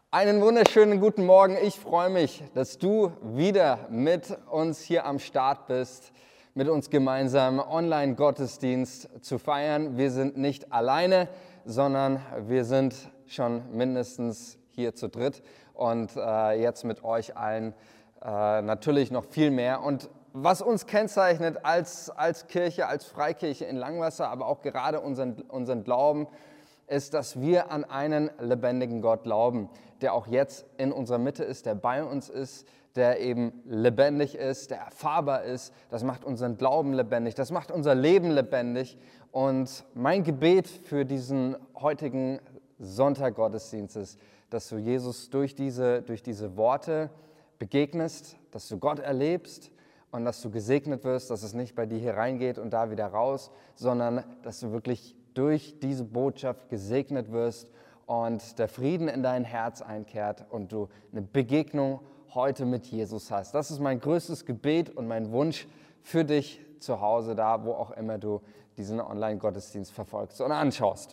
Einen wunderschönen guten Morgen. Ich freue mich, dass du wieder mit uns hier am Start bist, mit uns gemeinsam Online-Gottesdienst zu feiern. Wir sind nicht alleine, sondern wir sind schon mindestens hier zu dritt und jetzt mit euch allen natürlich noch viel mehr. Und was uns kennzeichnet als Kirche, als Freikirche in Langwasser, aber auch gerade unseren Glauben, ist, dass wir an einen lebendigen Gott glauben, der auch jetzt in unserer Mitte ist, der bei uns ist, der eben lebendig ist, der erfahrbar ist. Das macht unseren Glauben lebendig, das macht unser Leben lebendig. Und mein Gebet für diesen heutigen Sonntag Gottesdienst ist, dass du Jesus durch diese Worte begegnest, dass du Gott erlebst und dass du gesegnet wirst, dass es nicht bei dir hier reingeht und da wieder raus, sondern dass du wirklich durch diese Botschaft gesegnet wirst und der Frieden in dein Herz einkehrt und du eine Begegnung heute mit Jesus hast. Das ist mein größtes Gebet und mein Wunsch für dich zu Hause, da wo auch immer du diesen Online-Gottesdienst verfolgst und anschaust.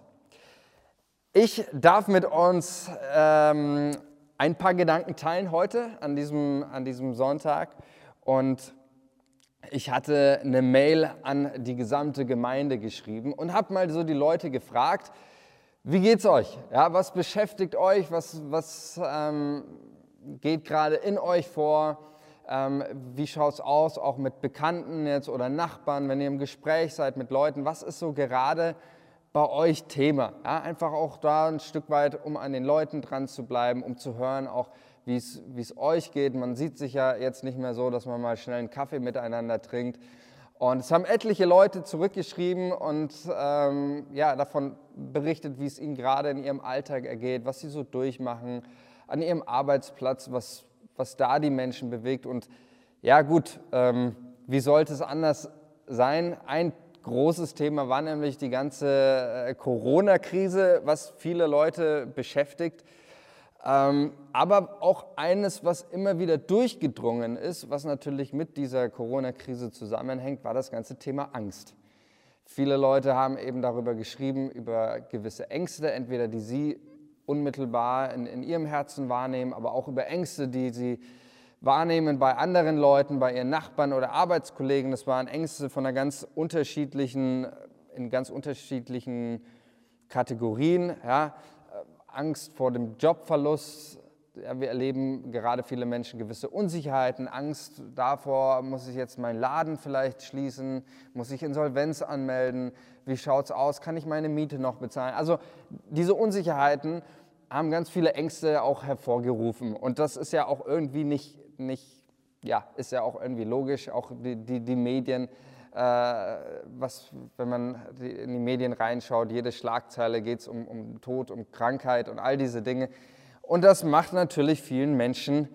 Ich darf mit uns ein paar Gedanken teilen heute an diesem Sonntag und ich hatte eine Mail an die gesamte Gemeinde geschrieben und habe mal so die Leute gefragt, wie geht's euch? Ja, was beschäftigt euch? Was geht gerade in euch vor? Wie schaut's aus, auch mit Bekannten jetzt oder Nachbarn, wenn ihr im Gespräch seid mit Leuten? Was ist so gerade bei euch Thema? Ja, einfach auch da ein Stück weit, um an den Leuten dran zu bleiben, um zu hören auch, wie es euch geht. Man sieht sich ja jetzt nicht mehr so, dass man mal schnell einen Kaffee miteinander trinkt. Und es haben etliche Leute zurückgeschrieben und davon berichtet, wie es ihnen gerade in ihrem Alltag ergeht, was sie so durchmachen, an ihrem Arbeitsplatz, was da die Menschen bewegt. Und ja gut, wie sollte es anders sein? Ein großes Thema war nämlich die ganze Corona-Krise, was viele Leute beschäftigt. Aber auch eines, was immer wieder durchgedrungen ist, was natürlich mit dieser Corona-Krise zusammenhängt, war das ganze Thema Angst. Viele Leute haben eben darüber geschrieben, über gewisse Ängste, entweder die sie unmittelbar in ihrem Herzen wahrnehmen, aber auch über Ängste, die sie wahrnehmen bei anderen Leuten, bei ihren Nachbarn oder Arbeitskollegen. Das waren Ängste von in ganz unterschiedlichen Kategorien, ja. Angst vor dem Jobverlust, ja, wir erleben gerade viele Menschen gewisse Unsicherheiten, Angst davor, muss ich jetzt meinen Laden vielleicht schließen, muss ich Insolvenz anmelden, wie schaut es aus, kann ich meine Miete noch bezahlen? Also diese Unsicherheiten haben ganz viele Ängste auch hervorgerufen und das ist ja auch irgendwie ist ja auch irgendwie logisch, auch die Medien. Wenn man in die Medien reinschaut, jede Schlagzeile geht es um Tod, um Krankheit und all diese Dinge. Und das macht natürlich vielen Menschen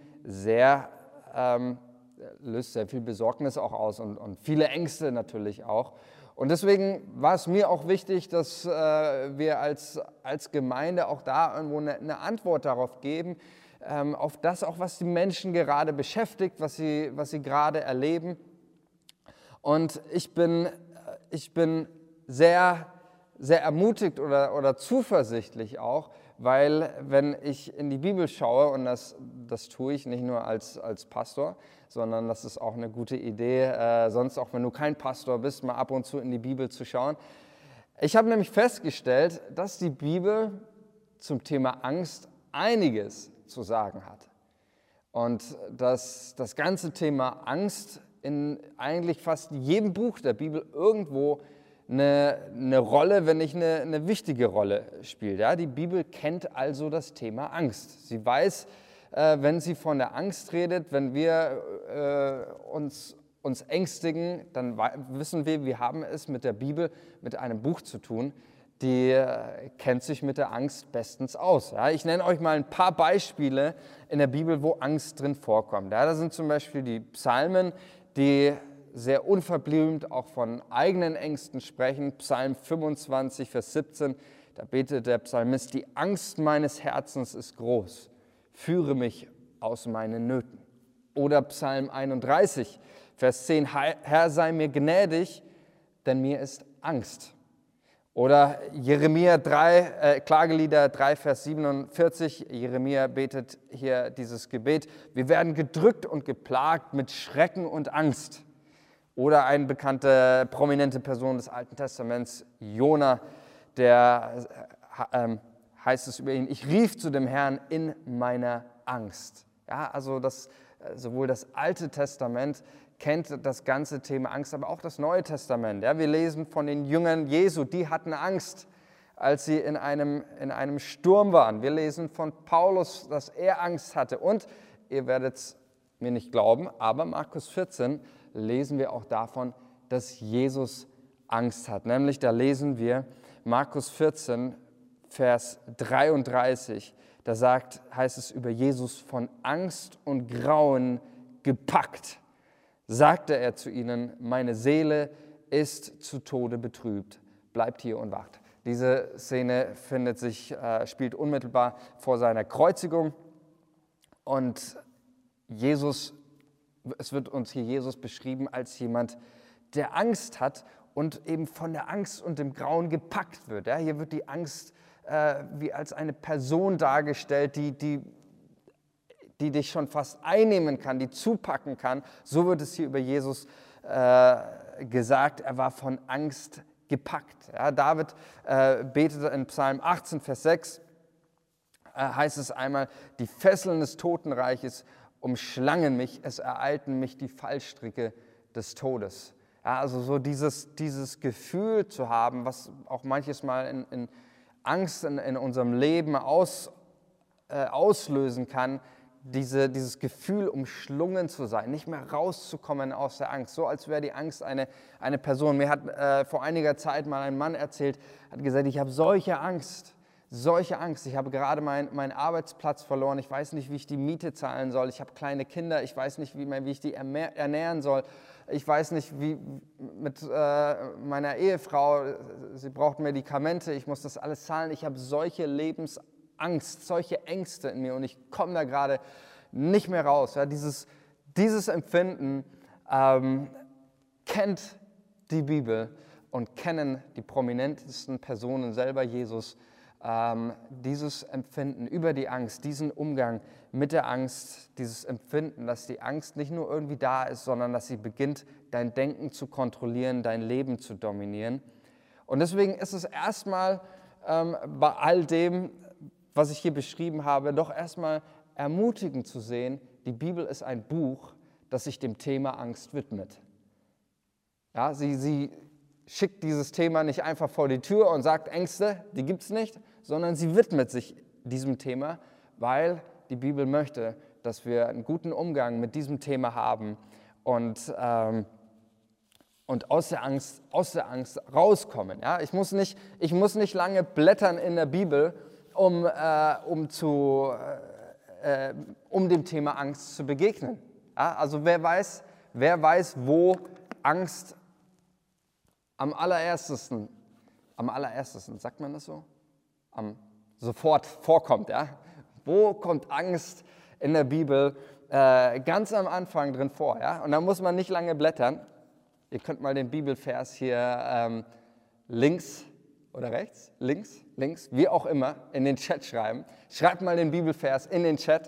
löst sehr viel Besorgnis auch aus und viele Ängste natürlich auch. Und deswegen war es mir auch wichtig, dass wir als Gemeinde auch da irgendwo eine Antwort darauf geben, auf das auch, was die Menschen gerade beschäftigt, was sie gerade erleben. Und ich bin sehr, sehr ermutigt oder zuversichtlich auch, weil wenn ich in die Bibel schaue, und das tue ich nicht nur als Pastor, sondern das ist auch eine gute Idee, sonst auch wenn du kein Pastor bist, mal ab und zu in die Bibel zu schauen. Ich habe nämlich festgestellt, dass die Bibel zum Thema Angst einiges zu sagen hat. Und dass das ganze Thema Angst in eigentlich fast jedem Buch der Bibel irgendwo eine Rolle, wenn nicht eine wichtige Rolle spielt. Ja? Die Bibel kennt also das Thema Angst. Sie weiß, wenn sie von der Angst redet, wenn wir uns ängstigen, dann wissen wir haben es mit der Bibel, mit einem Buch zu tun, die kennt sich mit der Angst bestens aus. Ja? Ich nenne euch mal ein paar Beispiele in der Bibel, wo Angst drin vorkommt. Ja? Da sind zum Beispiel die Psalmen, die sehr unverblümt auch von eigenen Ängsten sprechen. Psalm 25, Vers 17, da betet der Psalmist: Die Angst meines Herzens ist groß, führe mich aus meinen Nöten. Oder Psalm 31, Vers 10, Herr, sei mir gnädig, denn mir ist Angst. Oder Jeremia 3, Klagelieder 3, Vers 47, Jeremia betet hier dieses Gebet: Wir werden gedrückt und geplagt mit Schrecken und Angst. Oder eine bekannte, prominente Person des Alten Testaments, Jona, der heißt es über ihn: Ich rief zu dem Herrn in meiner Angst. Ja, also sowohl das Alte Testament kennt das ganze Thema Angst, aber auch das Neue Testament. Ja, wir lesen von den Jüngern Jesu, die hatten Angst, als sie in einem Sturm waren. Wir lesen von Paulus, dass er Angst hatte. Und ihr werdet es mir nicht glauben, aber Markus 14 lesen wir auch davon, dass Jesus Angst hat. Nämlich da lesen wir Markus 14, Vers 33, da heißt es über Jesus: Von Angst und Grauen gepackt, sagte er zu ihnen: Meine Seele ist zu Tode betrübt, bleibt hier und wacht. Diese Szene spielt unmittelbar vor seiner Kreuzigung, und es wird uns hier Jesus beschrieben als jemand, der Angst hat und eben von der Angst und dem Grauen gepackt wird. Ja, hier wird die Angst wie als eine Person dargestellt, die dich schon fast einnehmen kann, die zupacken kann. So wird es hier über Jesus gesagt, er war von Angst gepackt. Ja, David betete in Psalm 18, Vers 6, heißt es einmal: Die Fesseln des Totenreiches umschlangen mich, es ereilten mich die Fallstricke des Todes. Ja, also so dieses Gefühl zu haben, was auch manches Mal in Angst in unserem Leben auslösen kann, dieses Gefühl, umschlungen zu sein, nicht mehr rauszukommen aus der Angst, so als wäre die Angst eine Person. Mir hat vor einiger Zeit mal ein Mann erzählt, hat gesagt: Ich habe solche Angst, ich habe gerade meinen Arbeitsplatz verloren, ich weiß nicht, wie ich die Miete zahlen soll, ich habe kleine Kinder, ich weiß nicht, wie ich die ernähren soll, ich weiß nicht, wie mit meiner Ehefrau, sie braucht Medikamente, ich muss das alles zahlen, ich habe solche Lebensangst, solche Ängste in mir und ich komme da gerade nicht mehr raus. Ja, dieses Empfinden kennt die Bibel und kennen die prominentesten Personen, selber Jesus, dieses Empfinden über die Angst, diesen Umgang mit der Angst, dieses Empfinden, dass die Angst nicht nur irgendwie da ist, sondern dass sie beginnt, dein Denken zu kontrollieren, dein Leben zu dominieren. Und deswegen ist es erstmal bei all dem, was ich hier beschrieben habe, doch erstmal ermutigend zu sehen, die Bibel ist ein Buch, das sich dem Thema Angst widmet. Ja, sie schickt dieses Thema nicht einfach vor die Tür und sagt: Ängste, die gibt es nicht, sondern sie widmet sich diesem Thema, weil die Bibel möchte, dass wir einen guten Umgang mit diesem Thema haben und aus der Angst rauskommen. Ja? Ich muss nicht lange blättern in der Bibel, um dem Thema Angst zu begegnen. Ja? Also wer weiß, wo Angst am allererstesten, sagt man das so? Sofort vorkommt, ja? Wo kommt Angst in der Bibel ganz am Anfang drin vor, ja? Und da muss man nicht lange blättern. Ihr könnt mal den Bibelvers hier links oder rechts, links, wie auch immer, in den Chat schreiben. Schreibt mal den Bibelvers in den Chat.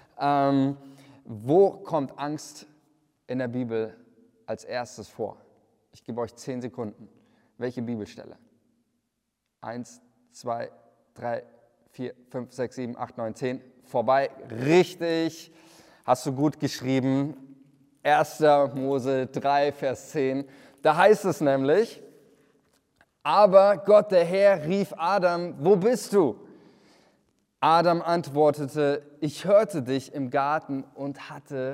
Wo kommt Angst in der Bibel als erstes vor? Ich gebe euch 10 Sekunden. Welche Bibelstelle? 1, 2, 3, 4, 5, 6, 7, 8, 9, 10. Vorbei. Richtig. Hast du gut geschrieben. 1. Mose 3, Vers 10. Da heißt es nämlich: Aber Gott, der Herr, rief Adam: Wo bist du? Adam antwortete: Ich hörte dich im Garten und hatte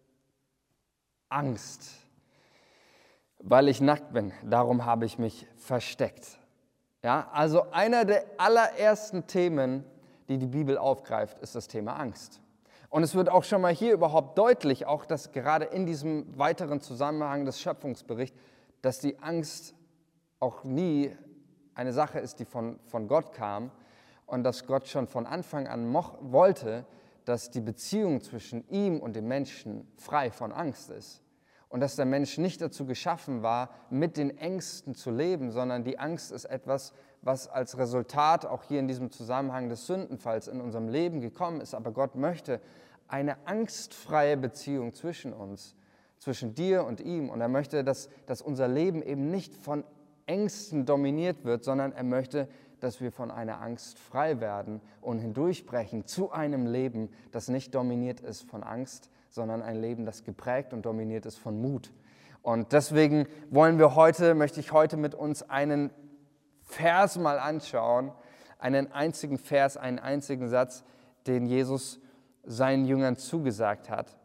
Angst, weil ich nackt bin. Darum habe ich mich versteckt. Ja, also einer der allerersten Themen, die die Bibel aufgreift, ist das Thema Angst. Und es wird auch schon mal hier überhaupt deutlich, auch dass gerade in diesem weiteren Zusammenhang des Schöpfungsberichts, dass die Angst auch nie eine Sache ist, die von Gott kam und dass Gott schon von Anfang an wollte, dass die Beziehung zwischen ihm und dem Menschen frei von Angst ist. und dass der Mensch nicht dazu geschaffen war, mit den Ängsten zu leben, sondern die Angst ist etwas, was als Resultat auch hier in diesem Zusammenhang des Sündenfalls in unserem Leben gekommen ist. Aber Gott möchte eine angstfreie Beziehung zwischen uns, zwischen dir und ihm. Und er möchte, dass unser Leben eben nicht von Ängsten dominiert wird, sondern er möchte, dass wir von einer Angst frei werden und hindurchbrechen zu einem Leben, das nicht dominiert ist von Angst, sondern ein Leben, das geprägt und dominiert ist von Mut. Und deswegen möchte ich heute mit uns einen Vers mal anschauen, einen einzigen Vers, einen einzigen Satz, den Jesus seinen Jüngern zugesagt hat.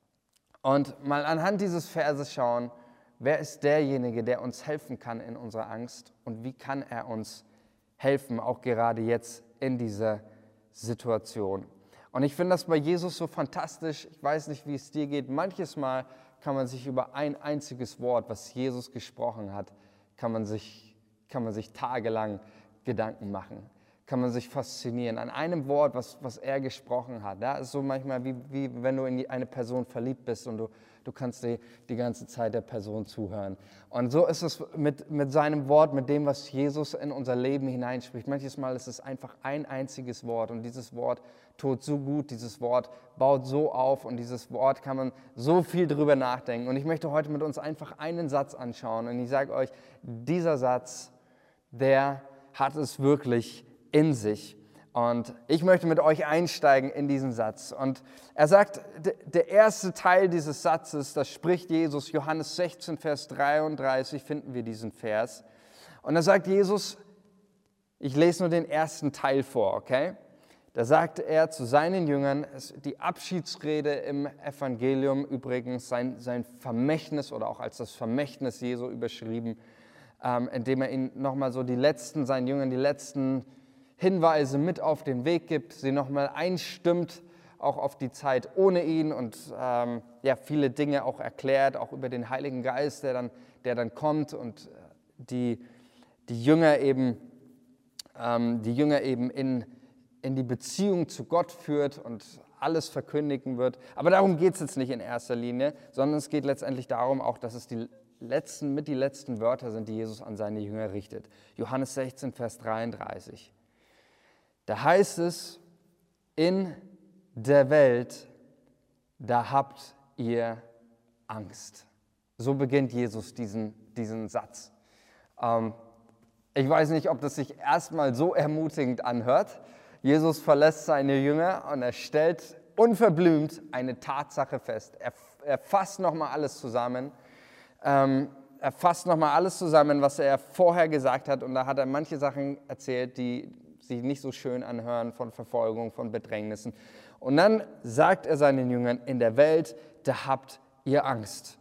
Und mal anhand dieses Verses schauen, wer ist derjenige, der uns helfen kann in unserer Angst und wie kann er uns helfen, auch gerade jetzt in dieser Situation. Und ich finde das bei Jesus so fantastisch. Ich weiß nicht, wie es dir geht. Manches Mal kann man sich über ein einziges Wort, was Jesus gesprochen hat, kann man sich tagelang Gedanken machen. Kann man sich faszinieren an einem Wort, was er gesprochen hat. Ja, es ist so manchmal wie wenn du in eine Person verliebt bist und du kannst die ganze Zeit der Person zuhören. Und so ist es mit seinem Wort, mit dem, was Jesus in unser Leben hineinspricht. Manches Mal ist es einfach ein einziges Wort und dieses Wort tut so gut, dieses Wort baut so auf und dieses Wort kann man so viel drüber nachdenken. Und ich möchte heute mit uns einfach einen Satz anschauen und ich sage euch, dieser Satz, der hat es wirklich in sich. Und ich möchte mit euch einsteigen in diesen Satz. Und er sagt, der erste Teil dieses Satzes, das spricht Jesus, Johannes 16, Vers 33, finden wir diesen Vers. Und da sagt Jesus, ich lese nur den ersten Teil vor, okay? Da sagt er zu seinen Jüngern, die Abschiedsrede im Evangelium übrigens, sein Vermächtnis oder auch als das Vermächtnis Jesu überschrieben, indem er ihnen nochmal so seinen Jüngern die letzten Hinweise mit auf den Weg gibt, sie nochmal einstimmt, auch auf die Zeit ohne ihn und viele Dinge auch erklärt, auch über den Heiligen Geist, der dann kommt und die Jünger eben in die Beziehung zu Gott führt und alles verkündigen wird. Aber darum geht es jetzt nicht in erster Linie, sondern es geht letztendlich darum auch, dass es die letzten Wörter sind, die Jesus an seine Jünger richtet. Johannes 16, Vers 33. Da heißt es, in der Welt, da habt ihr Angst. So beginnt Jesus diesen Satz. Ich weiß nicht, ob das sich erstmal so ermutigend anhört. Jesus verlässt seine Jünger und er stellt unverblümt eine Tatsache fest. Er fasst nochmal alles zusammen. Was er vorher gesagt hat. Und da hat er manche Sachen erzählt, die sich nicht so schön anhören, von Verfolgung, von Bedrängnissen. Und dann sagt er seinen Jüngern, in der Welt, da habt ihr Angst.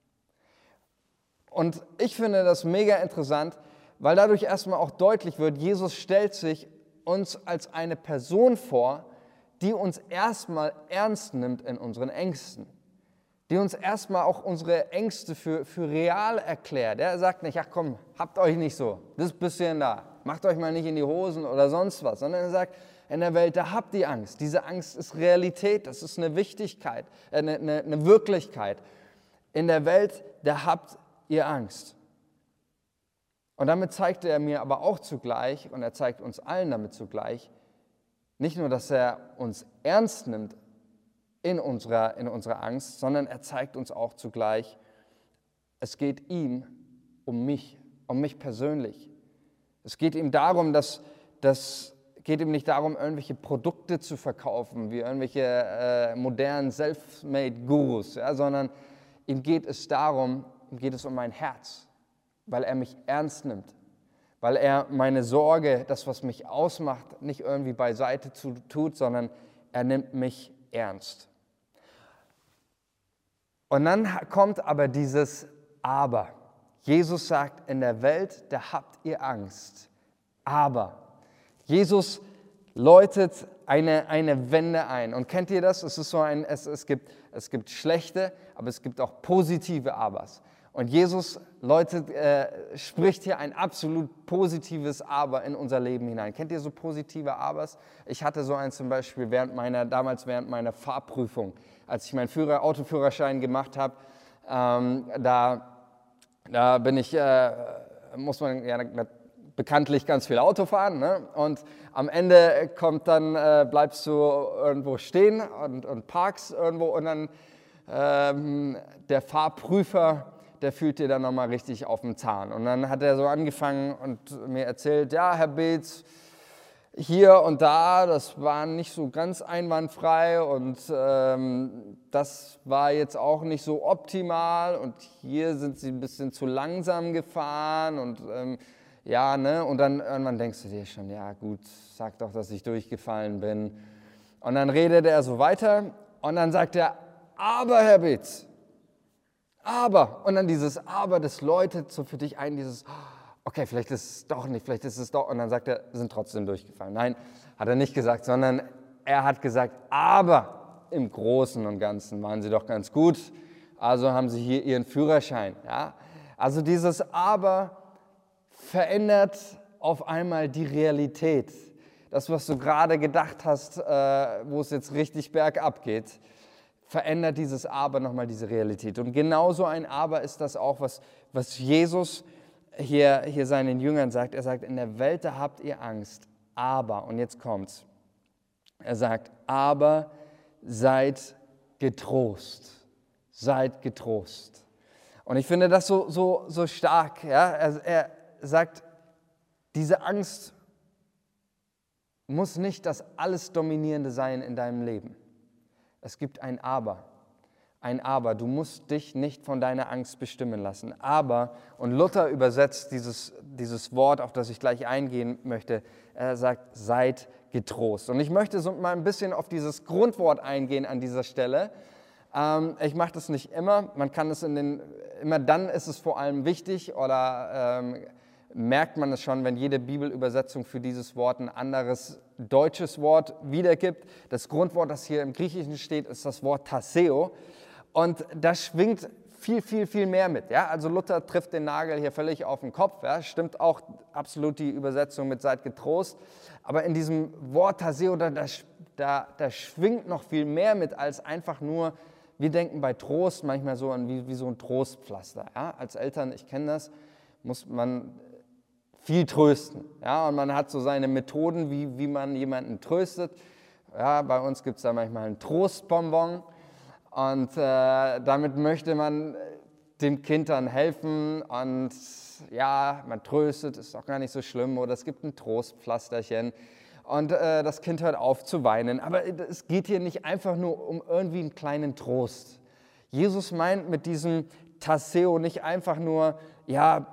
Und ich finde das mega interessant, weil dadurch erstmal auch deutlich wird, Jesus stellt sich uns als eine Person vor, die uns erstmal ernst nimmt in unseren Ängsten. Die uns erstmal auch unsere Ängste für real erklärt. Er sagt nicht, ach komm, habt euch nicht so, das bisschen da, macht euch mal nicht in die Hosen oder sonst was, sondern er sagt, in der Welt, da habt ihr Angst. Diese Angst ist Realität, das ist eine Wichtigkeit, eine Wirklichkeit. In der Welt, da habt ihr Angst. Und damit zeigt er mir aber auch zugleich, und er zeigt uns allen damit zugleich, nicht nur, dass er uns ernst nimmt in unserer Angst, sondern er zeigt uns auch zugleich, es geht ihm um mich persönlich. Es geht ihm darum, geht ihm nicht darum, irgendwelche Produkte zu verkaufen, wie irgendwelche modernen Selfmade-Gurus, ja, sondern ihm geht es um mein Herz, weil er mich ernst nimmt, weil er meine Sorge, das, was mich ausmacht, nicht irgendwie beiseite tut, sondern er nimmt mich ernst. Und dann kommt aber dieses Aber. Jesus sagt, in der Welt, da habt ihr Angst. Aber Jesus läutet eine Wende ein. Und kennt ihr das? Es ist so es gibt schlechte, aber es gibt auch positive Abers. Und Jesus spricht hier ein absolut positives Aber in unser Leben hinein. Kennt ihr so positive Abers? Ich hatte so eins zum Beispiel damals während meiner Fahrprüfung, als ich meinen Autoführerschein gemacht habe. Da bin ich, muss man ja bekanntlich ganz viel Auto fahren, ne? Und am Ende bleibst du irgendwo stehen und parkst irgendwo und dann der Fahrprüfer, der fühlt dir dann nochmal richtig auf den Zahn. Und dann hat er so angefangen und mir erzählt, ja, Herr Beetz, hier und da, das war nicht so ganz einwandfrei und das war jetzt auch nicht so optimal und hier sind Sie ein bisschen zu langsam gefahren und ja, ne? Und dann irgendwann denkst du dir schon, ja gut, sag doch, dass ich durchgefallen bin. Und dann redet er so weiter und dann sagt er, aber Herr Beetz, aber, und dann dieses Aber, das läutet so für dich ein, dieses, okay, vielleicht ist es doch nicht, vielleicht ist es doch, und dann sagt er, sind trotzdem durchgefallen. Nein, hat er nicht gesagt, sondern er hat gesagt, aber im Großen und Ganzen waren Sie doch ganz gut, also haben Sie hier Ihren Führerschein. Ja? Also dieses Aber verändert auf einmal die Realität. Das, was du gerade gedacht hast, wo es jetzt richtig bergab geht, verändert dieses Aber nochmal diese Realität. Und genauso ein Aber ist das auch, was Jesus hier seinen Jüngern sagt. Er sagt, in der Welt, da habt ihr Angst, aber, und jetzt kommt's, er sagt, aber seid getrost, seid getrost. Und ich finde das so stark. Ja? Er sagt, diese Angst muss nicht das alles Dominierende sein in deinem Leben. Es gibt ein Aber. Ein Aber. Du musst dich nicht von deiner Angst bestimmen lassen. Aber, und Luther übersetzt dieses Wort, auf das ich gleich eingehen möchte, er sagt, seid getrost. Und ich möchte so mal ein bisschen auf dieses Grundwort eingehen an dieser Stelle. Ich mache das nicht immer. Man kann es immer dann ist es vor allem wichtig oder merkt man es schon, wenn jede Bibelübersetzung für dieses Wort ein anderes deutsches Wort wiedergibt. Das Grundwort, das hier im Griechischen steht, ist das Wort Tasseo. Und das schwingt viel mehr mit. Ja? Also Luther trifft den Nagel hier völlig auf den Kopf. Ja? Stimmt auch absolut die Übersetzung mit seid getrost. Aber in diesem Wort Tasseo, da schwingt noch viel mehr mit als einfach nur, wir denken bei Trost manchmal so an wie so ein Trostpflaster. Ja? Als Eltern, ich kenne das, muss man viel trösten. Ja, und man hat so seine Methoden, wie man jemanden tröstet. Ja, bei uns gibt es da manchmal ein Trostbonbon und damit möchte man dem Kind dann helfen und ja, man tröstet, ist auch gar nicht so schlimm oder es gibt ein Trostpflasterchen und das Kind hört auf zu weinen. Aber es geht hier nicht einfach nur um irgendwie einen kleinen Trost. Jesus meint mit diesem Tasseo nicht einfach nur, ja,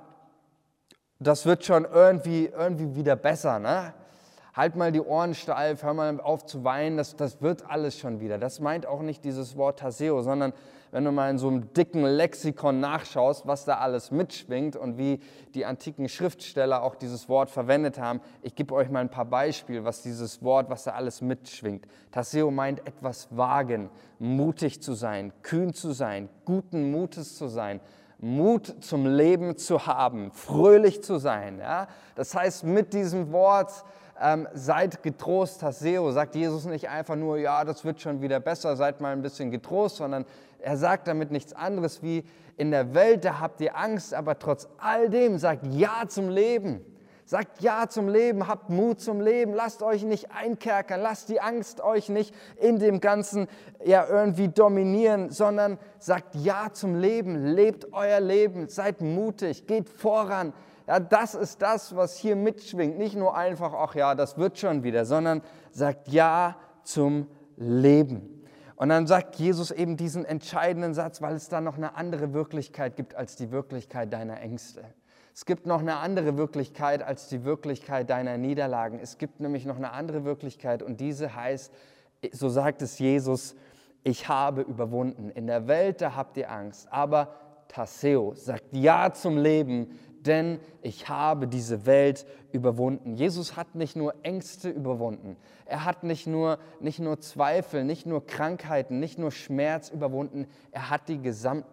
das wird schon irgendwie wieder besser, ne? Halt mal die Ohren steif, hör mal auf zu weinen, das wird alles schon wieder. Das meint auch nicht dieses Wort Tasseo, sondern wenn du mal in so einem dicken Lexikon nachschaust, was da alles mitschwingt und wie die antiken Schriftsteller auch dieses Wort verwendet haben. Ich gebe euch mal ein paar Beispiele, was dieses Wort, was da alles mitschwingt. Tasseo meint etwas wagen, mutig zu sein, kühn zu sein, guten Mutes zu sein, Mut zum Leben zu haben, fröhlich zu sein. Ja? Das heißt, mit diesem Wort seid getrost, Tasseo, sagt Jesus nicht einfach nur, ja, das wird schon wieder besser, seid mal ein bisschen getrost, sondern er sagt damit nichts anderes wie, in der Welt, da habt ihr Angst, aber trotz all dem sagt Ja zum Leben. Sagt Ja zum Leben, habt Mut zum Leben, lasst euch nicht einkerkern, lasst die Angst euch nicht in dem Ganzen ja irgendwie dominieren, sondern sagt Ja zum Leben, lebt euer Leben, seid mutig, geht voran. Ja, das ist das, was hier mitschwingt. Nicht nur einfach, ach ja, das wird schon wieder, sondern sagt Ja zum Leben. Und dann sagt Jesus eben diesen entscheidenden Satz, weil es da noch eine andere Wirklichkeit gibt als die Wirklichkeit deiner Ängste. Es gibt noch eine andere Wirklichkeit als die Wirklichkeit deiner Niederlagen. Es gibt nämlich noch eine andere Wirklichkeit und diese heißt, so sagt es Jesus, ich habe überwunden. In der Welt, da habt ihr Angst, aber Tasseo sagt Ja zum Leben, denn ich habe diese Welt überwunden. Jesus hat nicht nur Ängste überwunden, er hat nicht nur Zweifel, nicht nur Krankheiten, nicht nur Schmerz überwunden, er hat die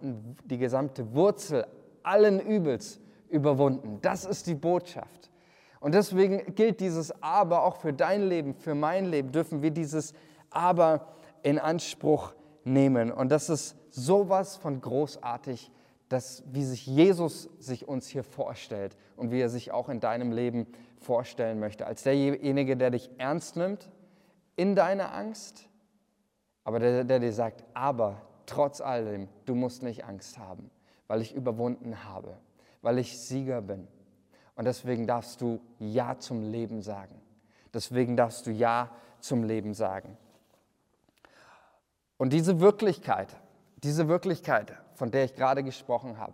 gesamte Wurzel allen Übels überwunden. Das ist die Botschaft. Und deswegen gilt dieses Aber auch für dein Leben, für mein Leben, dürfen wir dieses Aber in Anspruch nehmen. Und das ist sowas von großartig, wie sich Jesus sich uns hier vorstellt und wie er sich auch in deinem Leben vorstellen möchte. Als derjenige, der dich ernst nimmt in deiner Angst, aber der dir sagt, aber trotz alledem, du musst nicht Angst haben, weil ich überwunden habe, weil ich Sieger bin. Und deswegen darfst du Ja zum Leben sagen. Deswegen darfst du Ja zum Leben sagen. Und diese Wirklichkeit, von der ich gerade gesprochen habe,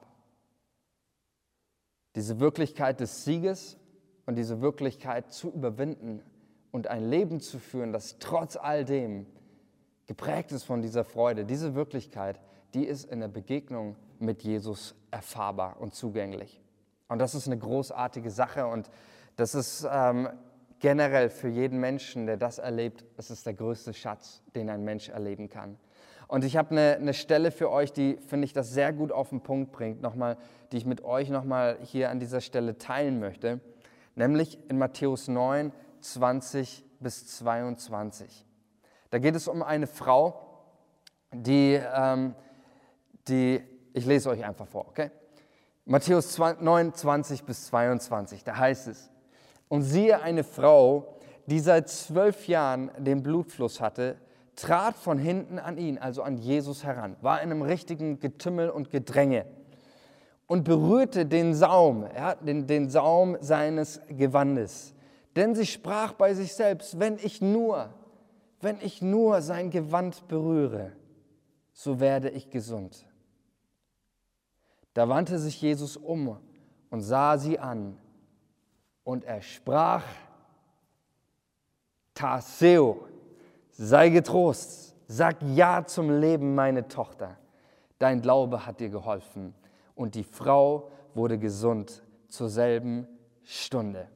diese Wirklichkeit des Sieges und diese Wirklichkeit zu überwinden und ein Leben zu führen, das trotz all dem geprägt ist von dieser Freude, diese Wirklichkeit, die ist in der Begegnung mit Jesus erfahrbar und zugänglich. Und das ist eine großartige Sache und das ist generell für jeden Menschen, der das erlebt, das ist der größte Schatz, den ein Mensch erleben kann. Und ich habe eine Stelle für euch, die, finde ich, das sehr gut auf den Punkt bringt, die ich mit euch nochmal hier an dieser Stelle teilen möchte, nämlich in Matthäus 9, 20 bis 22. Da geht es um eine Frau, ich lese euch einfach vor, okay? Matthäus 9, 20 bis 22, da heißt es, und siehe, eine Frau, die seit 12 Jahren den Blutfluss hatte, trat von hinten an ihn, also an Jesus heran, war in einem richtigen Getümmel und Gedränge und berührte den Saum, den Saum seines Gewandes. Denn sie sprach bei sich selbst, wenn ich nur sein Gewand berühre, so werde ich gesund. Da wandte sich Jesus um und sah sie an und er sprach, Tarseo, sei getrost, sag Ja zum Leben, meine Tochter. Dein Glaube hat dir geholfen. Und die Frau wurde gesund zur selben Stunde.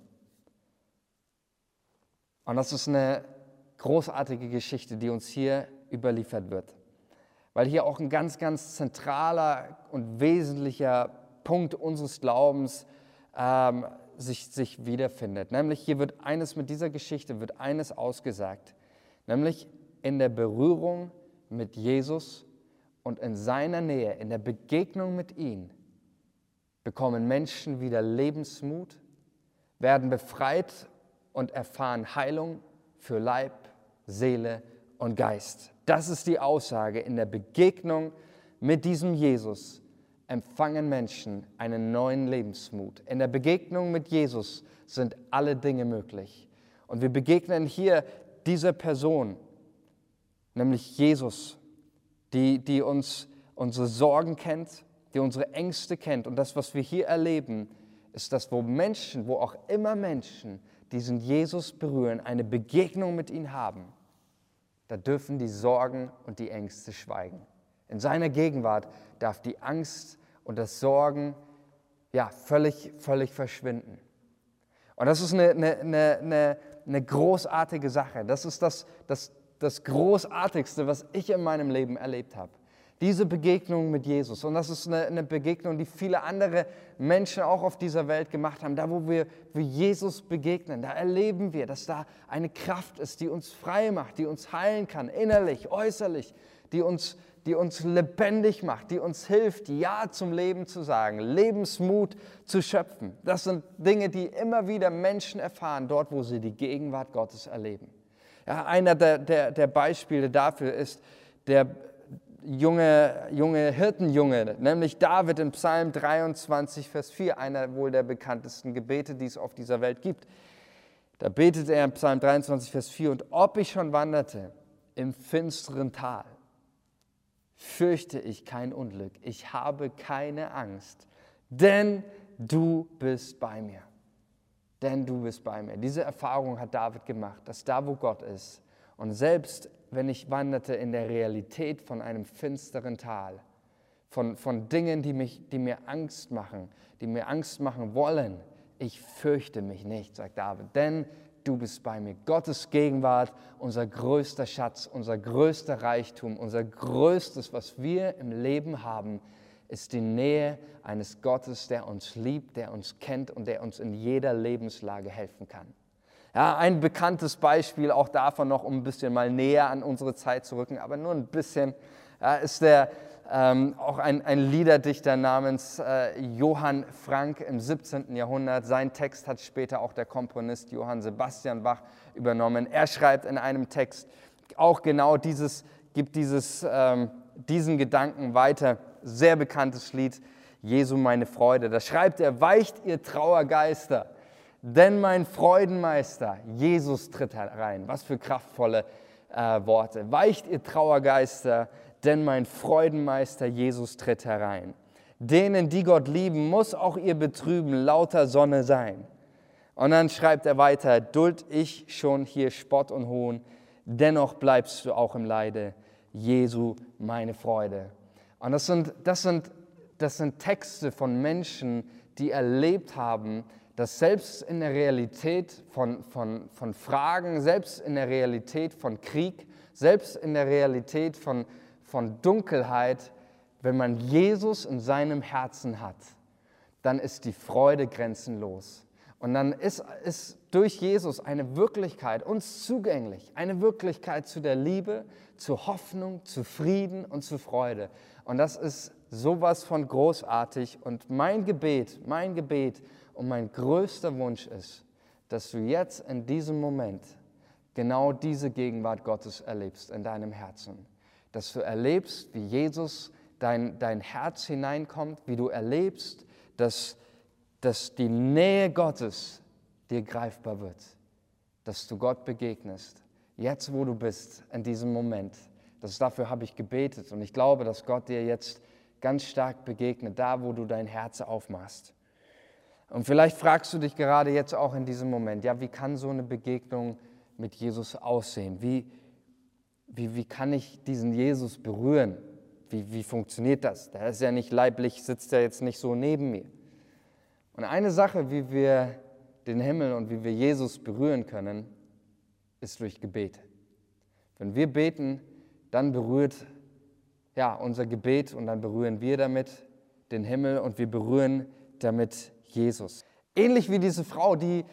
Und das ist eine großartige Geschichte, die uns hier überliefert wird. Weil hier auch ein ganz, ganz zentraler und wesentlicher Punkt unseres Glaubens sich wiederfindet. Nämlich hier wird mit dieser Geschichte wird eines ausgesagt. Nämlich in der Berührung mit Jesus und in seiner Nähe, in der Begegnung mit ihm, bekommen Menschen wieder Lebensmut, werden befreit und erfahren Heilung für Leib, Seele und Geist. Das ist die Aussage. In der Begegnung mit diesem Jesus empfangen Menschen einen neuen Lebensmut. In der Begegnung mit Jesus sind alle Dinge möglich. Und wir begegnen hier dieser Person, nämlich Jesus, die uns unsere Sorgen kennt, die unsere Ängste kennt. Und das, was wir hier erleben, ist das, wo auch immer Menschen diesen Jesus berühren, eine Begegnung mit ihm haben, da dürfen die Sorgen und die Ängste schweigen. In seiner Gegenwart darf die Angst und das Sorgen völlig verschwinden. Und das ist eine großartige Sache. Das ist das Großartigste, was ich in meinem Leben erlebt habe. Diese Begegnung mit Jesus. Und das ist eine Begegnung, die viele andere Menschen auch auf dieser Welt gemacht haben. Da, wo wir Jesus begegnen, da erleben wir, dass da eine Kraft ist, die uns frei macht, die uns heilen kann, innerlich, äußerlich, die uns lebendig macht, die uns hilft, Ja zum Leben zu sagen, Lebensmut zu schöpfen. Das sind Dinge, die immer wieder Menschen erfahren, dort, wo sie die Gegenwart Gottes erleben. Ja, einer der Beispiele dafür ist der junge Hirtenjunge, nämlich David in Psalm 23, Vers 4, einer wohl der bekanntesten Gebete, die es auf dieser Welt gibt. Da betet er in Psalm 23, Vers 4, und ob ich schon wanderte im finsteren Tal, fürchte ich kein Unglück, ich habe keine Angst, denn du bist bei mir. Denn du bist bei mir. Diese Erfahrung hat David gemacht, dass da, wo Gott ist, und selbst wenn ich wanderte in der Realität von einem finsteren Tal, von Dingen, die mir Angst machen wollen, ich fürchte mich nicht, sagt David, denn du bist bei mir. Gottes Gegenwart, unser größter Schatz, unser größter Reichtum, unser Größtes, was wir im Leben haben, ist die Nähe eines Gottes, der uns liebt, der uns kennt und der uns in jeder Lebenslage helfen kann. Ja, ein bekanntes Beispiel auch davon noch, um ein bisschen mal näher an unsere Zeit zu rücken, aber nur ein bisschen, ja, ist auch ein Liederdichter namens Johann Frank im 17. Jahrhundert. Sein Text hat später auch der Komponist Johann Sebastian Bach übernommen. Er schreibt in einem Text auch genau gibt diesen Gedanken weiter. Sehr bekanntes Lied, Jesu meine Freude. Da schreibt er: Weicht ihr Trauergeister, denn mein Freudenmeister, Jesus tritt herein. Was für kraftvolle Worte. Weicht ihr Trauergeister, denn mein Freudenmeister, Jesus tritt herein. Denen, die Gott lieben, muss auch ihr Betrüben lauter Sonne sein. Und dann schreibt er weiter: Duld ich schon hier Spott und Hohn, dennoch bleibst du auch im Leide, Jesu meine Freude. Und das sind Texte von Menschen, die erlebt haben, dass selbst in der Realität von Fragen, selbst in der Realität von Krieg, selbst in der Realität von Dunkelheit, wenn man Jesus in seinem Herzen hat, dann ist die Freude grenzenlos. Und dann ist durch Jesus eine Wirklichkeit uns zugänglich, eine Wirklichkeit zu der Liebe, zu Hoffnung, zu Frieden und zu Freude. Und das ist sowas von großartig. Und mein Gebet und mein größter Wunsch ist, dass du jetzt in diesem Moment genau diese Gegenwart Gottes erlebst in deinem Herzen. Dass du erlebst, wie Jesus dein Herz hineinkommt, wie du erlebst, dass die Nähe Gottes dir greifbar wird. Dass du Gott begegnest, jetzt wo du bist, in diesem Moment. Dafür habe ich gebetet und ich glaube, dass Gott dir jetzt ganz stark begegnet, da wo du dein Herz aufmachst. Und vielleicht fragst du dich gerade jetzt auch in diesem Moment, ja, wie kann so eine Begegnung mit Jesus aussehen? Wie kann ich diesen Jesus berühren? Wie funktioniert das? Der ist ja nicht leiblich, sitzt er jetzt nicht so neben mir. Und eine Sache, wie wir den Himmel und wie wir Jesus berühren können, ist durch Gebet. Wenn wir beten, dann berührt unser Gebet und dann berühren wir damit den Himmel und wir berühren damit Jesus. Ähnlich wie diese Frau, die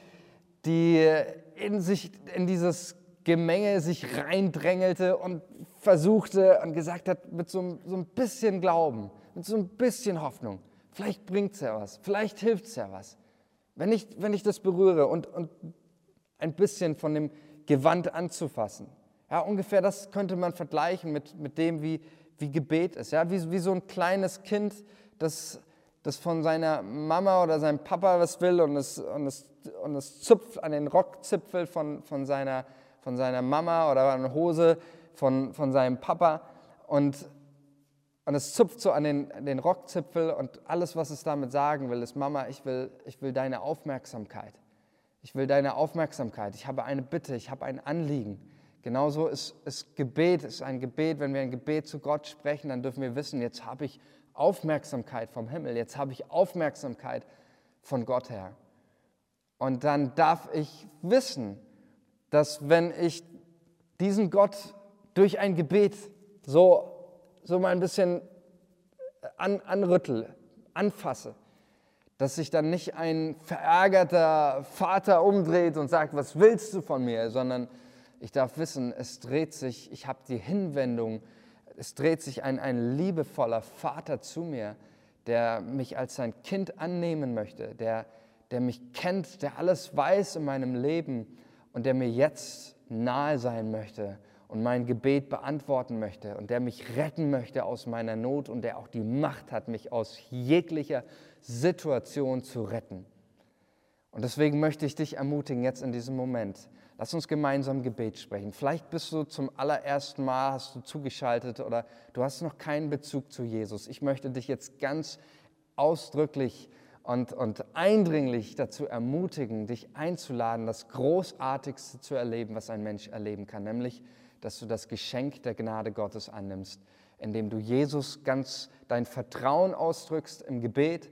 in dieses Gemenge sich reindrängelte und versuchte und gesagt hat, mit so ein bisschen Glauben, mit so ein bisschen Hoffnung, vielleicht bringt es ja was, vielleicht hilft es ja was. Wenn ich das berühre und ein bisschen von dem Gewand anzufassen. Ja, ungefähr das könnte man vergleichen mit dem, wie Gebet ist. Ja, wie so ein kleines Kind, das von seiner Mama oder seinem Papa was will und es zupft an den Rockzipfel von seiner Mama oder an der Hose von seinem Papa und es zupft so an den Rockzipfel und alles, was es damit sagen will, ist: Mama, ich will deine Aufmerksamkeit. Ich will deine Aufmerksamkeit. Ich habe eine Bitte, ich habe ein Anliegen. Genauso ist Gebet, ist ein Gebet. Wenn wir ein Gebet zu Gott sprechen, dann dürfen wir wissen, jetzt habe ich Aufmerksamkeit vom Himmel, jetzt habe ich Aufmerksamkeit von Gott her. Und dann darf ich wissen, dass wenn ich diesen Gott durch ein Gebet so mal ein bisschen anrüttel, anfasse, dass sich dann nicht ein verärgerter Vater umdreht und sagt: Was willst du von mir? Sondern ich darf wissen, ich habe die Hinwendung, es dreht sich ein liebevoller Vater zu mir, der mich als sein Kind annehmen möchte, der mich kennt, der alles weiß in meinem Leben und der mir jetzt nahe sein möchte und mein Gebet beantworten möchte und der mich retten möchte aus meiner Not und der auch die Macht hat, mich aus jeglicher Situation zu retten. Und deswegen möchte ich dich ermutigen, jetzt in diesem Moment, lass uns gemeinsam Gebet sprechen. Vielleicht bist du zum allerersten Mal, hast du zugeschaltet oder du hast noch keinen Bezug zu Jesus. Ich möchte dich jetzt ganz ausdrücklich und eindringlich dazu ermutigen, dich einzuladen, das Großartigste zu erleben, was ein Mensch erleben kann, nämlich, dass du das Geschenk der Gnade Gottes annimmst, indem du Jesus ganz dein Vertrauen ausdrückst im Gebet,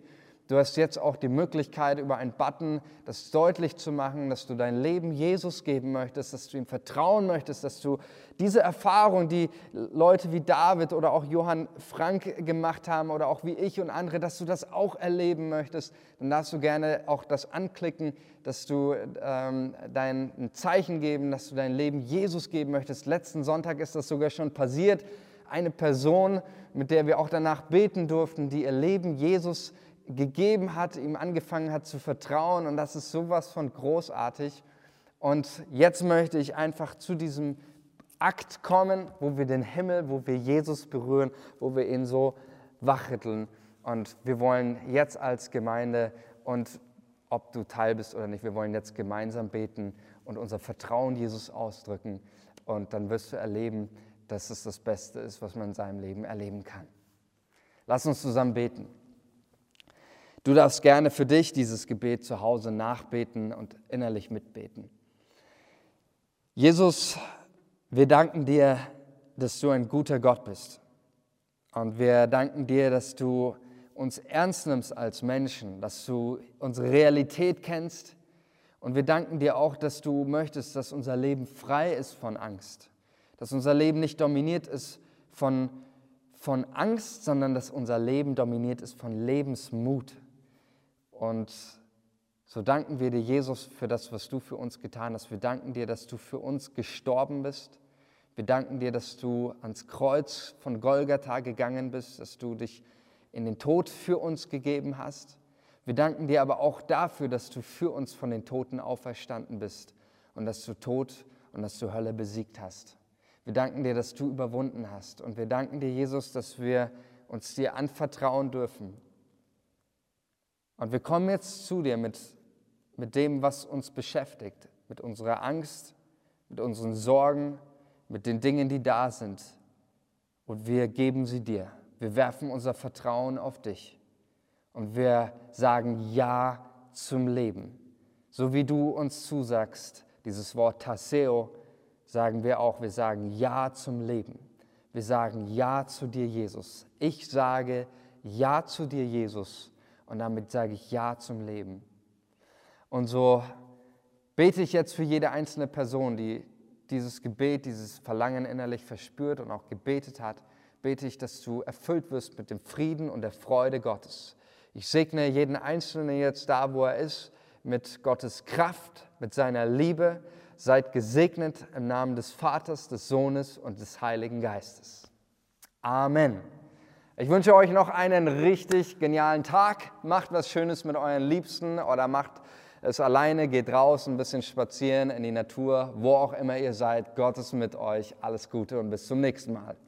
Du hast jetzt auch die Möglichkeit, über einen Button das deutlich zu machen, dass du dein Leben Jesus geben möchtest, dass du ihm vertrauen möchtest, dass du diese Erfahrung, die Leute wie David oder auch Johann Frank gemacht haben oder auch wie ich und andere, dass du das auch erleben möchtest. Dann darfst du gerne auch das anklicken, dass du ein Zeichen geben, dass du dein Leben Jesus geben möchtest. Letzten Sonntag ist das sogar schon passiert. Eine Person, mit der wir auch danach beten durften, die ihr Leben Jesus gegeben hat, ihm angefangen hat zu vertrauen, und das ist sowas von großartig. Und jetzt möchte ich einfach zu diesem Akt kommen, wo wir den Himmel, wo wir Jesus berühren, wo wir ihn so wachrütteln. Und wir wollen jetzt als Gemeinde, und ob du Teil bist oder nicht, wir wollen jetzt gemeinsam beten und unser Vertrauen Jesus ausdrücken, und dann wirst du erleben, dass es das Beste ist, was man in seinem Leben erleben kann. Lass uns zusammen beten. Du darfst gerne für dich dieses Gebet zu Hause nachbeten und innerlich mitbeten. Jesus, wir danken dir, dass du ein guter Gott bist. Und wir danken dir, dass du uns ernst nimmst als Menschen, dass du unsere Realität kennst. Und wir danken dir auch, dass du möchtest, dass unser Leben frei ist von Angst. Dass unser Leben nicht dominiert ist von Angst, sondern dass unser Leben dominiert ist von Lebensmut. Und so danken wir dir, Jesus, für das, was du für uns getan hast. Wir danken dir, dass du für uns gestorben bist. Wir danken dir, dass du ans Kreuz von Golgatha gegangen bist, dass du dich in den Tod für uns gegeben hast. Wir danken dir aber auch dafür, dass du für uns von den Toten auferstanden bist und dass du Tod und dass du Hölle besiegt hast. Wir danken dir, dass du überwunden hast. Und wir danken dir, Jesus, dass wir uns dir anvertrauen dürfen. Und wir kommen jetzt zu dir mit dem, was uns beschäftigt, mit unserer Angst, mit unseren Sorgen, mit den Dingen, die da sind. Und wir geben sie dir. Wir werfen unser Vertrauen auf dich. Und wir sagen Ja zum Leben. So wie du uns zusagst, dieses Wort Tasseo, sagen wir auch, wir sagen Ja zum Leben. Wir sagen Ja zu dir, Jesus. Ich sage Ja zu dir, Jesus. Und damit sage ich Ja zum Leben. Und so bete ich jetzt für jede einzelne Person, die dieses Gebet, dieses Verlangen innerlich verspürt und auch gebetet hat, bete ich, dass du erfüllt wirst mit dem Frieden und der Freude Gottes. Ich segne jeden Einzelnen jetzt da, wo er ist, mit Gottes Kraft, mit seiner Liebe. Seid gesegnet im Namen des Vaters, des Sohnes und des Heiligen Geistes. Amen. Ich wünsche euch noch einen richtig genialen Tag. Macht was Schönes mit euren Liebsten oder macht es alleine. Geht raus, ein bisschen spazieren in die Natur, wo auch immer ihr seid. Gott ist mit euch. Alles Gute und bis zum nächsten Mal.